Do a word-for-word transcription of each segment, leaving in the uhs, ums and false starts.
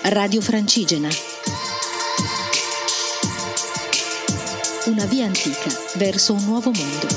Radio Francigena. Una via antica verso un nuovo mondo.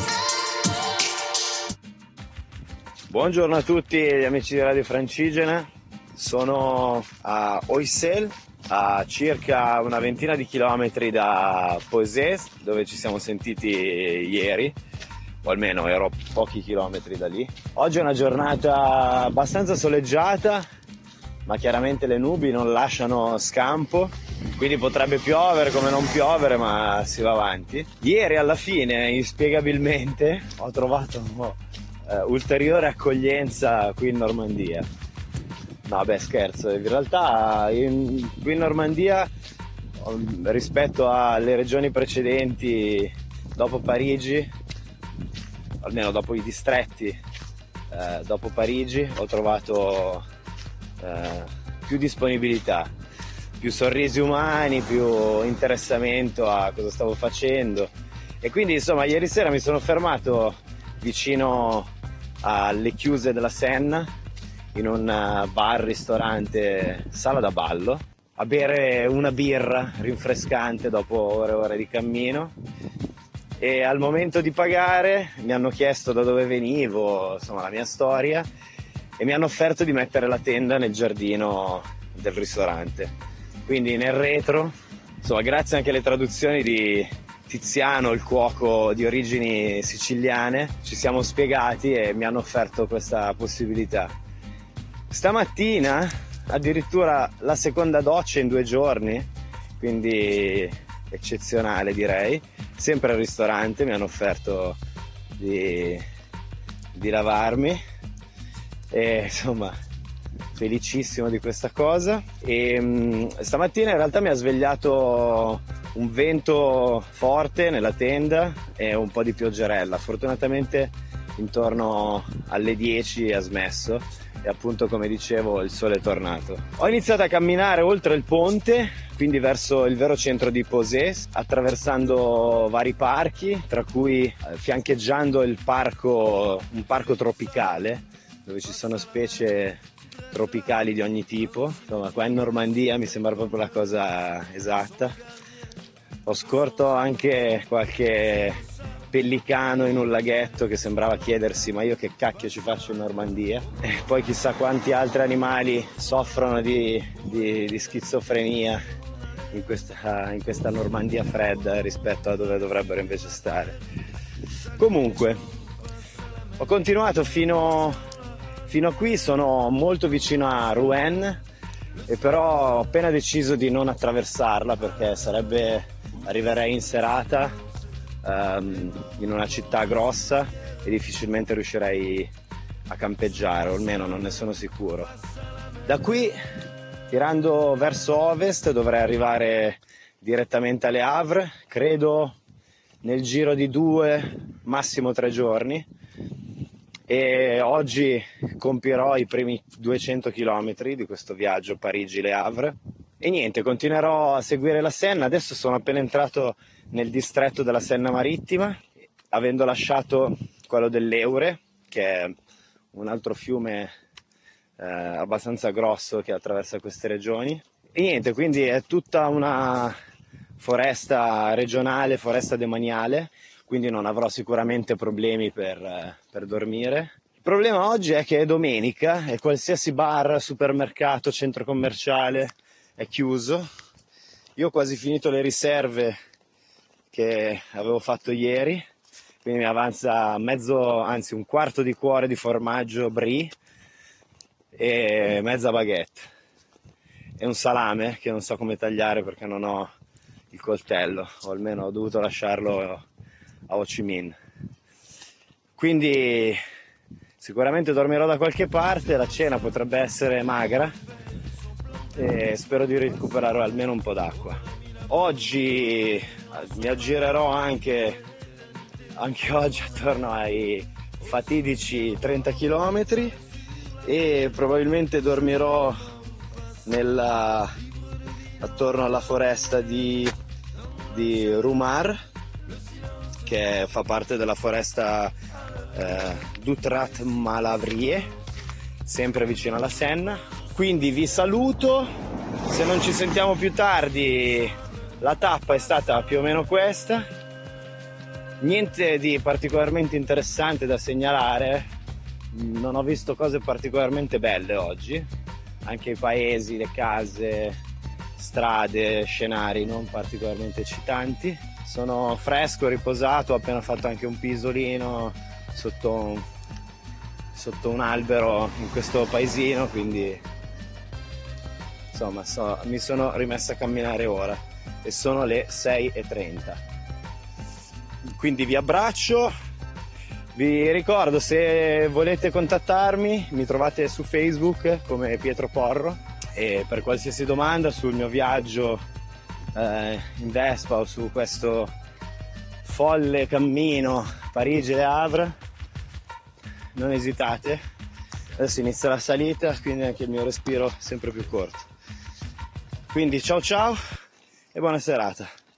Buongiorno a tutti gli amici di Radio Francigena. Sono a Oisel, a circa una ventina di chilometri da Pozès, dove ci siamo sentiti ieri, o almeno ero a pochi chilometri da lì. Oggi è una giornata abbastanza soleggiata, ma chiaramente le nubi non lasciano scampo, quindi potrebbe piovere come non piovere, ma si va avanti. Ieri alla fine, inspiegabilmente, ho trovato un po' eh, ulteriore accoglienza qui in Normandia. No, beh, scherzo, in realtà in, qui in Normandia, rispetto alle regioni precedenti, dopo Parigi, almeno dopo i distretti, eh, dopo Parigi, ho trovato eh, più disponibilità, più sorrisi umani, più interessamento a cosa stavo facendo. E quindi, insomma, ieri sera mi sono fermato vicino alle chiuse della Senna, in un bar, ristorante, sala da ballo, a bere una birra rinfrescante dopo ore e ore di cammino. E al momento di pagare mi hanno chiesto da dove venivo, insomma la mia storia, e mi hanno offerto di mettere la tenda nel giardino del ristorante. Quindi nel retro, insomma, grazie anche alle traduzioni di Tiziano, il cuoco di origini siciliane, ci siamo spiegati e mi hanno offerto questa possibilità. Stamattina addirittura la seconda doccia in due giorni, quindi eccezionale direi. Sempre al ristorante mi hanno offerto di, di lavarmi e insomma felicissimo di questa cosa. E mh, stamattina in realtà mi ha svegliato un vento forte nella tenda e un po' di pioggerella. Fortunatamente intorno alle dieci ha smesso e appunto, come dicevo, il sole è tornato. Ho iniziato a camminare oltre il ponte, quindi verso il vero centro di Pozès, attraversando vari parchi, tra cui fiancheggiando il parco, un parco tropicale dove ci sono specie tropicali di ogni tipo. Insomma, qua in Normandia mi sembra proprio la cosa esatta. Ho scorto anche qualche pellicano in un laghetto che sembrava chiedersi: ma io che cacchio ci faccio in Normandia? E poi chissà quanti altri animali soffrono di, di, di schizofrenia in questa, in questa Normandia fredda rispetto a dove dovrebbero invece stare. Comunque ho continuato fino, fino a qui, sono molto vicino a Rouen, e però ho appena deciso di non attraversarla perché sarebbe, arriverei in serata Um, in una città grossa e difficilmente riuscirei a campeggiare, o almeno non ne sono sicuro. Da qui, tirando verso ovest, dovrei arrivare direttamente a Le Havre, credo nel giro di due, massimo tre giorni, e oggi compierò i primi duecento chilometri di questo viaggio Parigi-Le Havre. E niente, continuerò a seguire la Senna. Adesso sono appena entrato nel distretto della Senna Marittima, avendo lasciato quello dell'Eure, che è un altro fiume eh, abbastanza grosso che attraversa queste regioni. E niente, quindi è tutta una foresta regionale, foresta demaniale, quindi non avrò sicuramente problemi per, per dormire. Il problema oggi è che è domenica e qualsiasi bar, supermercato, centro commerciale è chiuso. Io ho quasi finito le riserve che avevo fatto ieri, quindi mi avanza mezzo, anzi un quarto di cuore di formaggio brie e mezza baguette e un salame che non so come tagliare perché non ho il coltello, o almeno ho dovuto lasciarlo a Ho Chi Minh. Quindi sicuramente dormirò da qualche parte, la cena potrebbe essere magra e spero di recuperare almeno un po' d'acqua. Oggi mi aggirerò anche, anche oggi attorno ai fatidici trenta chilometri e probabilmente dormirò nella, attorno alla foresta di, di Rumar, che fa parte della foresta eh, d'Utrat-Malavrier, sempre vicino alla Senna. Quindi vi saluto se non ci sentiamo più tardi, la tappa è stata più o meno questa. Niente di particolarmente interessante da segnalare, non ho visto cose particolarmente belle oggi, anche i paesi, le case, strade, scenari non particolarmente eccitanti. Sono fresco, riposato, ho appena fatto anche un pisolino sotto un, sotto un albero in questo paesino, quindi insomma so, mi sono rimesso a camminare ora e sono le sei e trenta. Quindi vi abbraccio, vi ricordo, se volete contattarmi mi trovate su Facebook come Pietro Porro, e per qualsiasi domanda sul mio viaggio eh, in Vespa o su questo folle cammino Parigi-Le Havre, non esitate. Adesso inizia la salita, quindi anche il mio respiro è sempre più corto. Quindi ciao ciao e buona serata.